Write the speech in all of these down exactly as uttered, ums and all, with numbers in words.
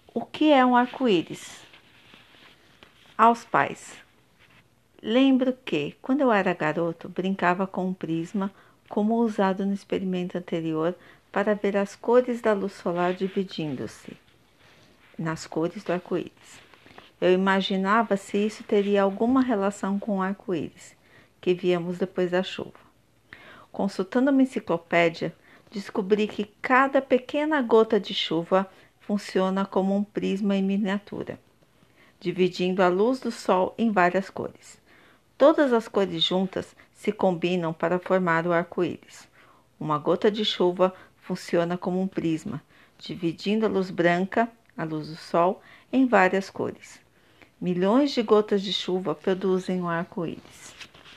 O que é um arco-íris? Aos pais. Lembro que, quando eu era garoto, brincava com um prisma, como usado no experimento anterior, para ver as cores da luz solar dividindo-se nas cores do arco-íris. Eu imaginava se isso teria alguma relação com o arco-íris, que víamos depois da chuva. Consultando uma enciclopédia, descobri que cada pequena gota de chuva funciona como um prisma em miniatura, dividindo a luz do sol em várias cores. Todas as cores juntas se combinam para formar o arco-íris. Uma gota de chuva funciona como um prisma, dividindo a luz branca, a luz do sol, em várias cores. Milhões de gotas de chuva produzem um arco-íris.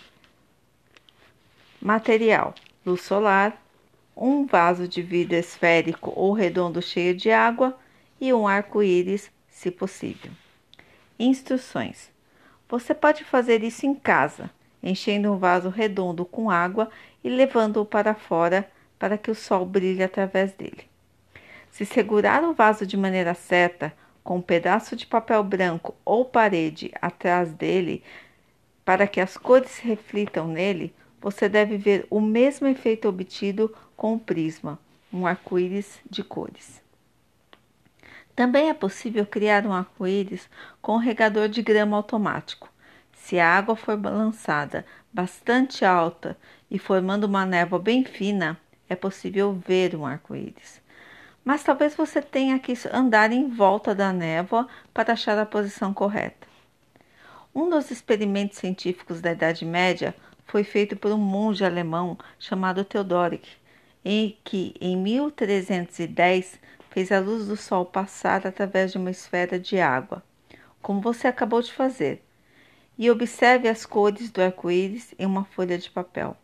Material: luz solar, um vaso de vidro esférico ou redondo cheio de água e um arco-íris, se possível. Instruções: você pode fazer isso em casa, enchendo um vaso redondo com água e levando-o para fora para que o sol brilhe através dele. Se segurar o vaso de maneira certa, com um pedaço de papel branco ou parede atrás dele, para que as cores se reflitam nele, você deve ver o mesmo efeito obtido com o prisma, um arco-íris de cores. Também é possível criar um arco-íris com um regador de grama automático. Se a água for lançada bastante alta e formando uma névoa bem fina, é possível ver um arco-íris. Mas talvez você tenha que andar em volta da névoa para achar a posição correta. Um dos experimentos científicos da Idade Média foi feito por um monge alemão chamado Theodoric, em que, em mil trezentos e dez, fez a luz do sol passar através de uma esfera de água, como você acabou de fazer, e observe as cores do arco-íris em uma folha de papel.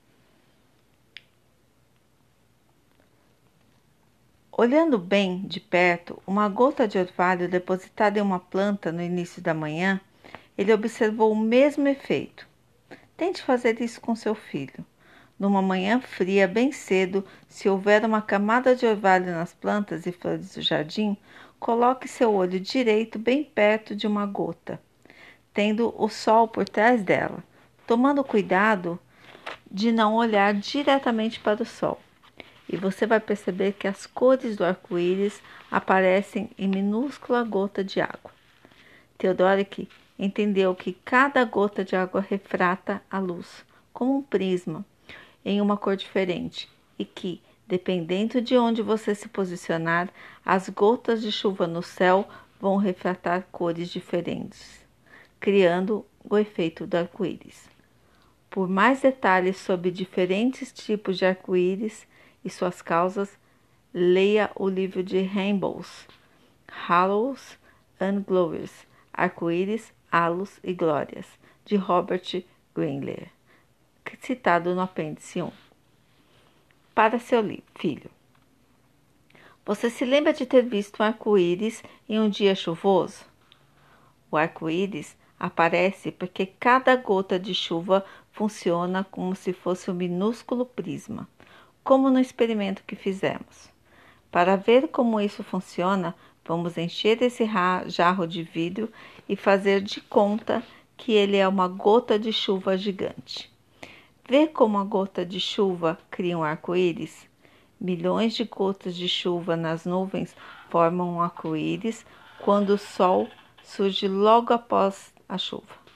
Olhando bem de perto, uma gota de orvalho depositada em uma planta no início da manhã, ele observou o mesmo efeito. Tente fazer isso com seu filho. Numa manhã fria, bem cedo, se houver uma camada de orvalho nas plantas e flores do jardim, coloque seu olho direito bem perto de uma gota, tendo o sol por trás dela, tomando cuidado de não olhar diretamente para o sol. E você vai perceber que as cores do arco-íris aparecem em minúscula gota de água. Theodoric entendeu que cada gota de água refrata a luz, como um prisma, em uma cor diferente, e que, dependendo de onde você se posicionar, as gotas de chuva no céu vão refratar cores diferentes, criando o efeito do arco-íris. Por mais detalhes sobre diferentes tipos de arco-íris e suas causas, leia o livro de Rainbows, Halos and Glories, Arco-íris, Halos e Glórias, de Robert Greenleer, citado no apêndice um. Para seu filho. Você se lembra de ter visto um arco-íris em um dia chuvoso? O arco-íris aparece porque cada gota de chuva funciona como se fosse um minúsculo prisma, como no experimento que fizemos. Para ver como isso funciona, vamos encher esse jarro de vidro e fazer de conta que ele é uma gota de chuva gigante. Vê como a gota de chuva cria um arco-íris? Milhões de gotas de chuva nas nuvens formam um arco-íris quando o sol surge logo após a chuva.